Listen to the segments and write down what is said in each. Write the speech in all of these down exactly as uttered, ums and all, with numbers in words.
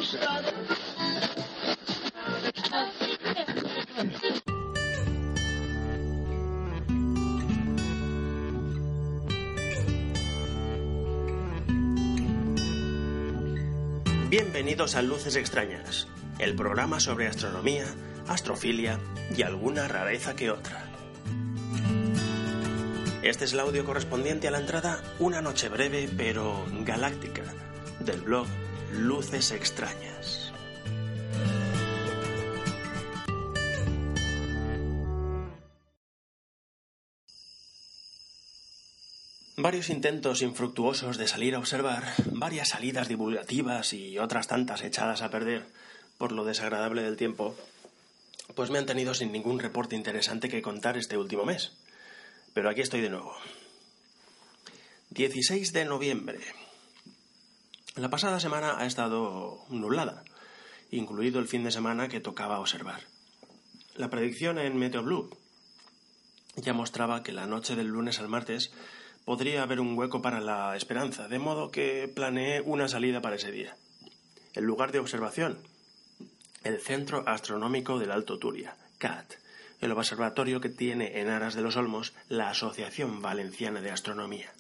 Bienvenidos a Luces Extrañas, el programa sobre astronomía, astrofilia y alguna rareza que otra. Este es el audio correspondiente a la entrada Una noche breve pero galáctica del blog Luces Extrañas. Varios intentos infructuosos de salir a observar, varias salidas divulgativas y otras tantas echadas a perder por lo desagradable del tiempo, pues me han tenido sin ningún reporte interesante que contar este último mes. Pero aquí estoy de nuevo. dieciséis de noviembre. La pasada semana ha estado nublada, incluido el fin de semana que tocaba observar. La predicción en Meteoblue ya mostraba que la noche del lunes al martes podría haber un hueco para la esperanza, de modo que planeé una salida para ese día. El lugar de observación, el Centro Astronómico del Alto Turia, C A T, el observatorio que tiene en Aras de los Olmos la Asociación Valenciana de Astronomía.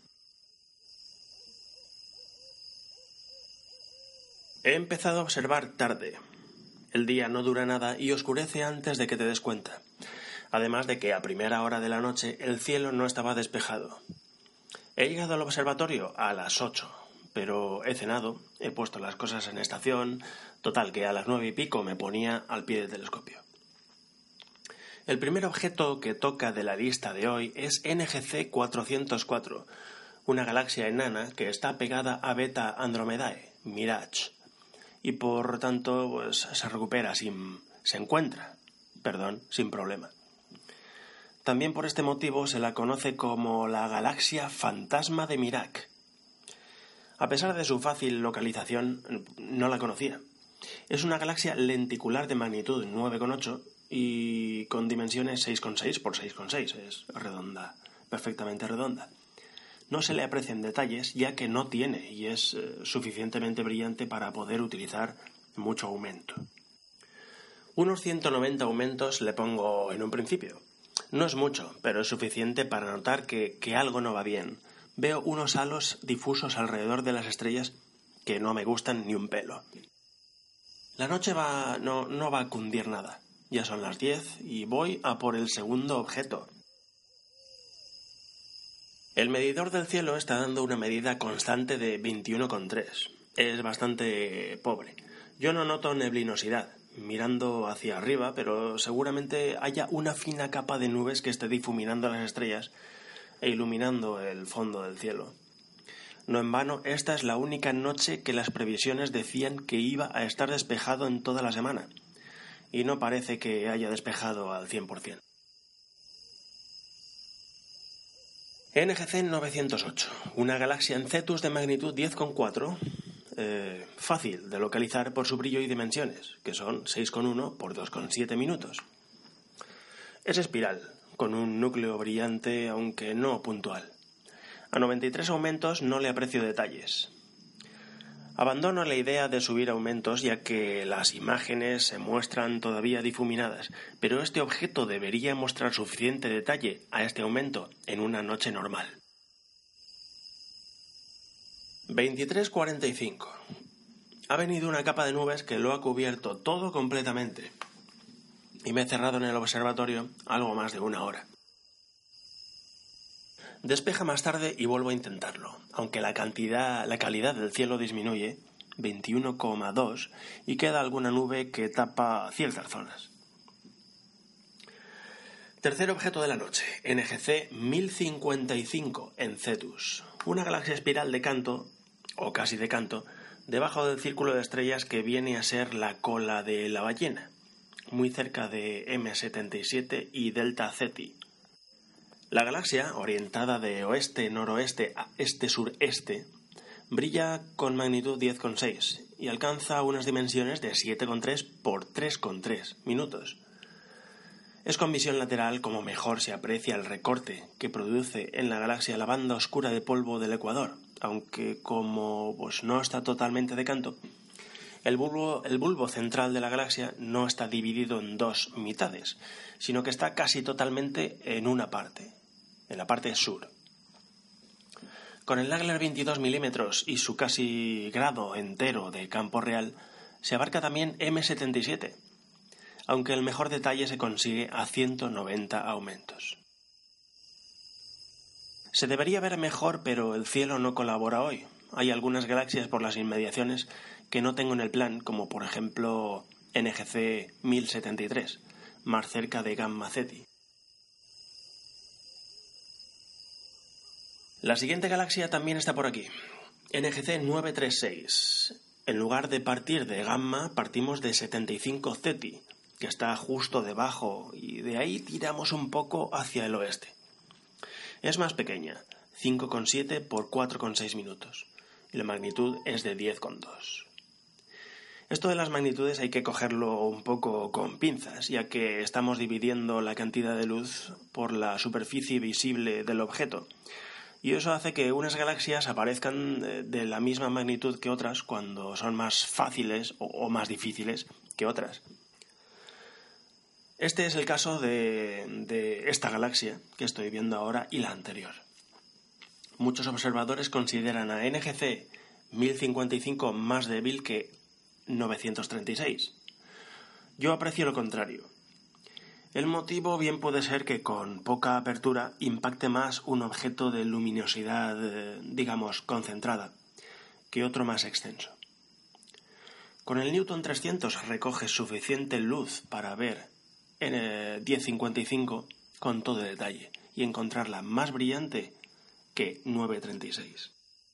He empezado a observar tarde. El día no dura nada y oscurece antes de que te des cuenta. Además de que a primera hora de la noche el cielo no estaba despejado. He llegado al observatorio a las ocho, pero he cenado, he puesto las cosas en estación, total que a las nueve y pico me ponía al pie del telescopio. El primer objeto que toca de la lista de hoy es N G C cuatrocientos cuatro, una galaxia enana que está pegada a Beta Andromedae, Mirage, y por tanto pues, se recupera sin... se encuentra, perdón, sin problema. También por este motivo se la conoce como la galaxia fantasma de Mirac. A pesar de su fácil localización, no la conocía. Es una galaxia lenticular de magnitud nueve coma ocho y con dimensiones seis coma seis por seis coma seis. Es redonda, perfectamente redonda. No se le aprecian detalles ya que no tiene y es eh, suficientemente brillante para poder utilizar mucho aumento. Unos ciento noventa aumentos le pongo en un principio. No es mucho, pero es suficiente para notar que, que algo no va bien. Veo unos halos difusos alrededor de las estrellas que no me gustan ni un pelo. La noche va, no, no va a cundir nada. Ya son las diez y voy a por el segundo objeto. El medidor del cielo está dando una medida constante de veintiuno coma tres. Es bastante pobre. Yo no noto neblinosidad mirando hacia arriba, pero seguramente haya una fina capa de nubes que esté difuminando las estrellas e iluminando el fondo del cielo. No en vano, esta es la única noche que las previsiones decían que iba a estar despejado en toda la semana, y no parece que haya despejado al cien por ciento. N G C novecientos ocho, una galaxia en Cetus de magnitud diez coma cuatro, eh, fácil de localizar por su brillo y dimensiones, que son seis coma uno por dos coma siete minutos. Es espiral, con un núcleo brillante aunque no puntual. A noventa y tres aumentos no le aprecio detalles. Abandono la idea de subir aumentos ya que las imágenes se muestran todavía difuminadas, pero este objeto debería mostrar suficiente detalle a este aumento en una noche normal. veintitrés cuarenta y cinco. Ha venido una capa de nubes que lo ha cubierto todo completamente y me he cerrado en el observatorio algo más de una hora. Despeja más tarde y vuelvo a intentarlo, aunque la cantidad, la calidad del cielo disminuye, veintiuno coma dos, y queda alguna nube que tapa ciertas zonas. Tercer objeto de la noche, N G C mil cincuenta y cinco en Cetus, una galaxia espiral de Canto, o casi de Canto, debajo del círculo de estrellas que viene a ser la cola de la ballena, muy cerca de M setenta y siete y Delta Ceti. La galaxia, orientada de oeste-noroeste a este-sureste, brilla con magnitud diez coma seis y alcanza unas dimensiones de siete coma tres por tres coma tres minutos. Es con visión lateral como mejor se aprecia el recorte que produce en la galaxia la banda oscura de polvo del ecuador, aunque como pues, no está totalmente de canto, El bulbo, el bulbo central de la galaxia no está dividido en dos mitades, sino que está casi totalmente en una parte, en la parte sur. Con el Nagler veintidós milímetros y su casi grado entero de campo real, se abarca también eme setenta y siete, aunque el mejor detalle se consigue a ciento noventa aumentos. Se debería ver mejor, pero el cielo no colabora hoy. Hay algunas galaxias por las inmediaciones que no tengo en el plan, como por ejemplo N G C mil setenta y tres, más cerca de Gamma Ceti. La siguiente galaxia también está por aquí, N G C novecientos treinta y seis. En lugar de partir de Gamma, partimos de setenta y cinco Ceti, que está justo debajo, y de ahí tiramos un poco hacia el oeste. Es más pequeña, cinco coma siete por cuatro coma seis minutos, y la magnitud es de diez coma dos. Esto de las magnitudes hay que cogerlo un poco con pinzas, ya que estamos dividiendo la cantidad de luz por la superficie visible del objeto, y eso hace que unas galaxias aparezcan de la misma magnitud que otras cuando son más fáciles o más difíciles que otras. Este es el caso de, de esta galaxia que estoy viendo ahora y la anterior. Muchos observadores consideran a N G C mil cincuenta y cinco más débil que novecientos treinta y seis. Yo aprecio lo contrario. El motivo bien puede ser que con poca apertura impacte más un objeto de luminosidad, eh, digamos, concentrada, que otro más extenso. Con el Newton trescientos recoge suficiente luz para ver en diez cincuenta y cinco con todo detalle y encontrarla más brillante que novecientos treinta y seis.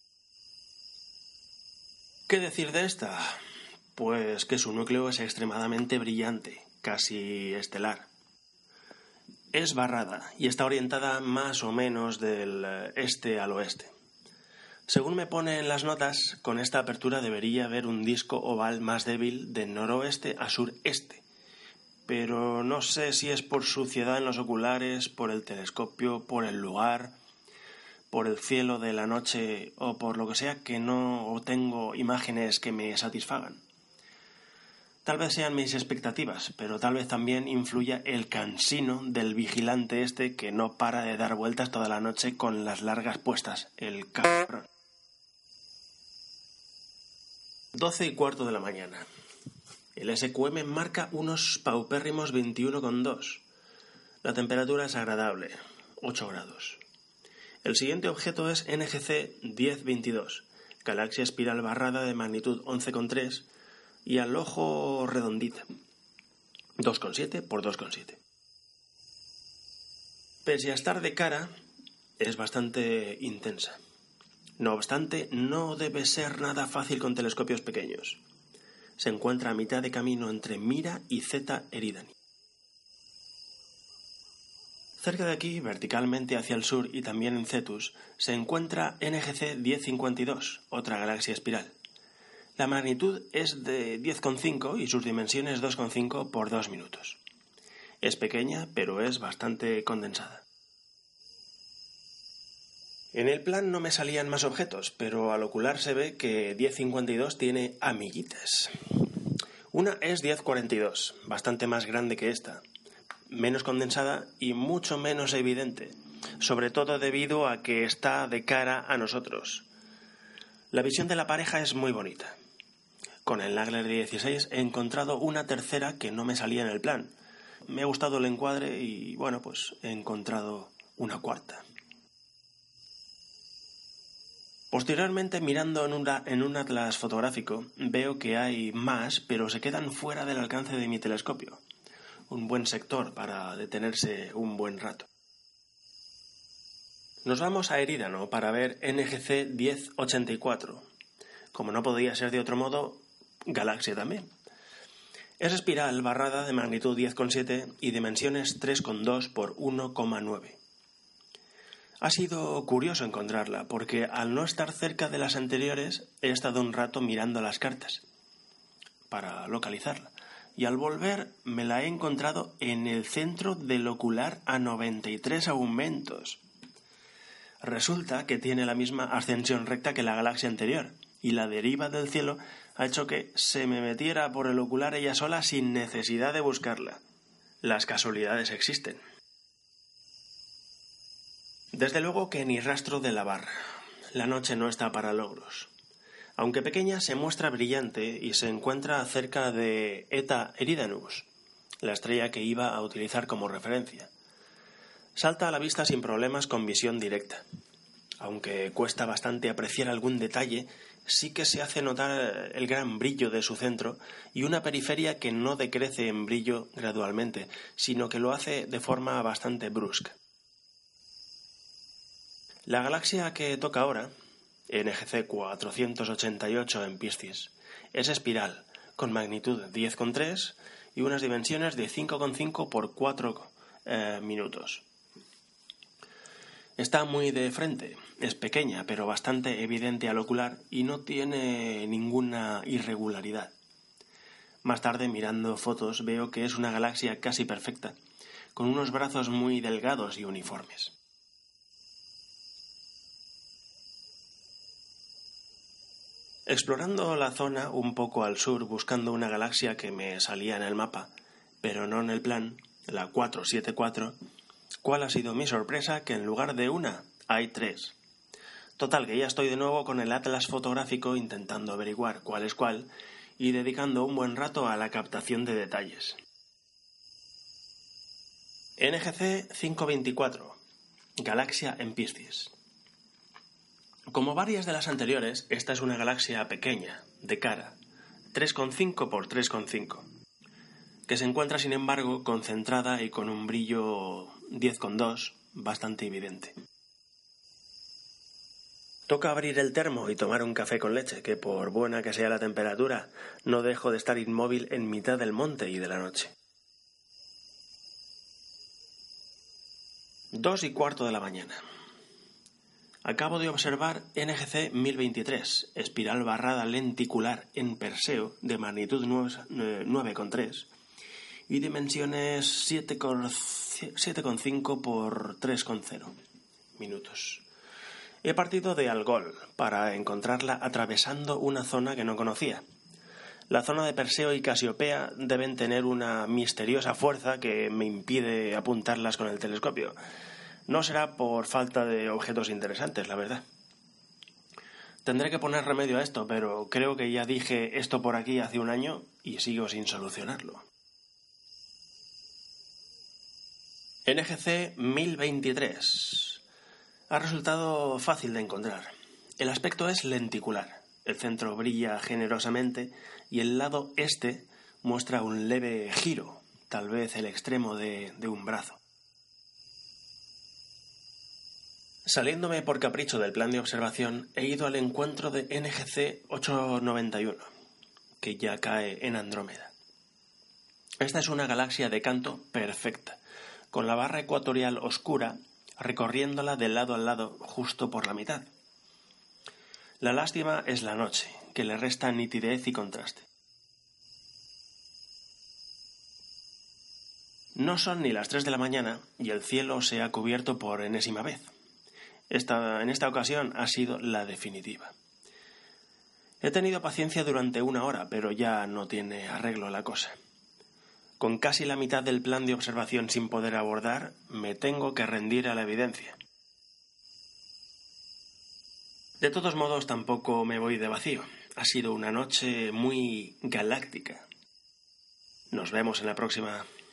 ¿Qué decir de esta? Pues que su núcleo es extremadamente brillante, casi estelar. Es barrada y está orientada más o menos del este al oeste. Según me pone en las notas, con esta apertura debería haber un disco oval más débil de noroeste a sureste, pero no sé si es por suciedad en los oculares, por el telescopio, por el lugar, por el cielo de la noche o por lo que sea, que no tengo imágenes que me satisfagan. Tal vez sean mis expectativas, pero tal vez también influya el cansino del vigilante este que no para de dar vueltas toda la noche con las largas puestas, el cabrón. doce y cuarto de la mañana. El S Q M marca unos paupérrimos veintiuno coma dos. La temperatura es agradable, ocho grados. El siguiente objeto es N G C diez veintidós, galaxia espiral barrada de magnitud once coma tres y al ojo redondita, dos coma siete por dos coma siete. Pese a estar de cara, es bastante intensa. No obstante, no debe ser nada fácil con telescopios pequeños. Se encuentra a mitad de camino entre Mira y Zeta Eridani. Cerca de aquí, verticalmente hacia el sur y también en Cetus, se encuentra N G C diez cincuenta y dos, otra galaxia espiral. La magnitud es de diez coma cinco y sus dimensiones dos coma cinco por dos minutos. Es pequeña, pero es bastante condensada. En el plan no me salían más objetos, pero al ocular se ve que diez cincuenta y dos tiene amiguitas. Una es diez cuarenta y dos, bastante más grande que esta, menos condensada y mucho menos evidente, sobre todo debido a que está de cara a nosotros. La visión de la pareja es muy bonita. Con el Nagler dieciséis he encontrado una tercera que no me salía en el plan. Me ha gustado el encuadre y, bueno, pues he encontrado una cuarta. Posteriormente, mirando en, una, en un atlas fotográfico, veo que hay más, pero se quedan fuera del alcance de mi telescopio. Un buen sector para detenerse un buen rato. Nos vamos a Eridano para ver N G C diez ochenta y cuatro. Como no podía ser de otro modo, galaxia también. Es espiral barrada de magnitud diez coma siete y dimensiones tres coma dos por uno coma nueve. Ha sido curioso encontrarla, porque al no estar cerca de las anteriores he estado un rato mirando las cartas para localizarla, y al volver me la he encontrado en el centro del ocular a noventa y tres aumentos. Resulta que tiene la misma ascensión recta que la galaxia anterior, y la deriva del cielo ha hecho que se me metiera por el ocular ella sola sin necesidad de buscarla. Las casualidades existen. Desde luego que ni rastro de la barra. La noche no está para logros. Aunque pequeña, se muestra brillante y se encuentra cerca de Eta Eridanus, la estrella que iba a utilizar como referencia. Salta a la vista sin problemas con visión directa. Aunque cuesta bastante apreciar algún detalle, sí que se hace notar el gran brillo de su centro y una periferia que no decrece en brillo gradualmente, sino que lo hace de forma bastante brusca. La galaxia que toca ahora, N G C cuatrocientos ochenta y ocho en Piscis, es espiral, con magnitud diez coma tres y unas dimensiones de cinco coma cinco por cuatro eh, minutos. Está muy de frente, es pequeña pero bastante evidente al ocular y no tiene ninguna irregularidad. Más tarde, mirando fotos, veo que es una galaxia casi perfecta, con unos brazos muy delgados y uniformes. Explorando la zona un poco al sur, buscando una galaxia que me salía en el mapa, pero no en el plan, la cuatrocientos setenta y cuatro, ¿cuál ha sido mi sorpresa? Que en lugar de una, hay tres. Total, que ya estoy de nuevo con el atlas fotográfico intentando averiguar cuál es cuál y dedicando un buen rato a la captación de detalles. N G C quinientos veinticuatro, galaxia en Piscis. Como varias de las anteriores, esta es una galaxia pequeña, de cara, tres coma cinco por tres coma cinco, que se encuentra sin embargo concentrada y con un brillo diez coma dos bastante evidente. Toca abrir el termo y tomar un café con leche, que por buena que sea la temperatura, no dejo de estar inmóvil en mitad del monte y de la noche. Dos y cuarto de la mañana. Acabo de observar N G C mil veintitrés, espiral barrada lenticular en Perseo de magnitud nueve coma tres y dimensiones siete coma cinco por tres coma cero minutos. He partido de Algol para encontrarla atravesando una zona que no conocía. La zona de Perseo y Casiopea deben tener una misteriosa fuerza que me impide apuntarlas con el telescopio. No será por falta de objetos interesantes, la verdad. Tendré que poner remedio a esto, pero creo que ya dije esto por aquí hace un año y sigo sin solucionarlo. N G C mil veintitrés. Ha resultado fácil de encontrar. El aspecto es lenticular. El centro brilla generosamente y el lado este muestra un leve giro, tal vez el extremo de, de un brazo. Saliéndome por capricho del plan de observación, he ido al encuentro de N G C ochocientos noventa y uno, que ya cae en Andrómeda. Esta es una galaxia de canto perfecta, con la barra ecuatorial oscura recorriéndola de lado a lado justo por la mitad. La lástima es la noche, que le resta nitidez y contraste. No son ni las tres de la mañana y el cielo se ha cubierto por enésima vez. Esta, en esta ocasión ha sido la definitiva. He tenido paciencia durante una hora, pero ya no tiene arreglo la cosa. Con casi la mitad del plan de observación sin poder abordar, me tengo que rendir a la evidencia. De todos modos, tampoco me voy de vacío. Ha sido una noche muy galáctica. Nos vemos en la próxima.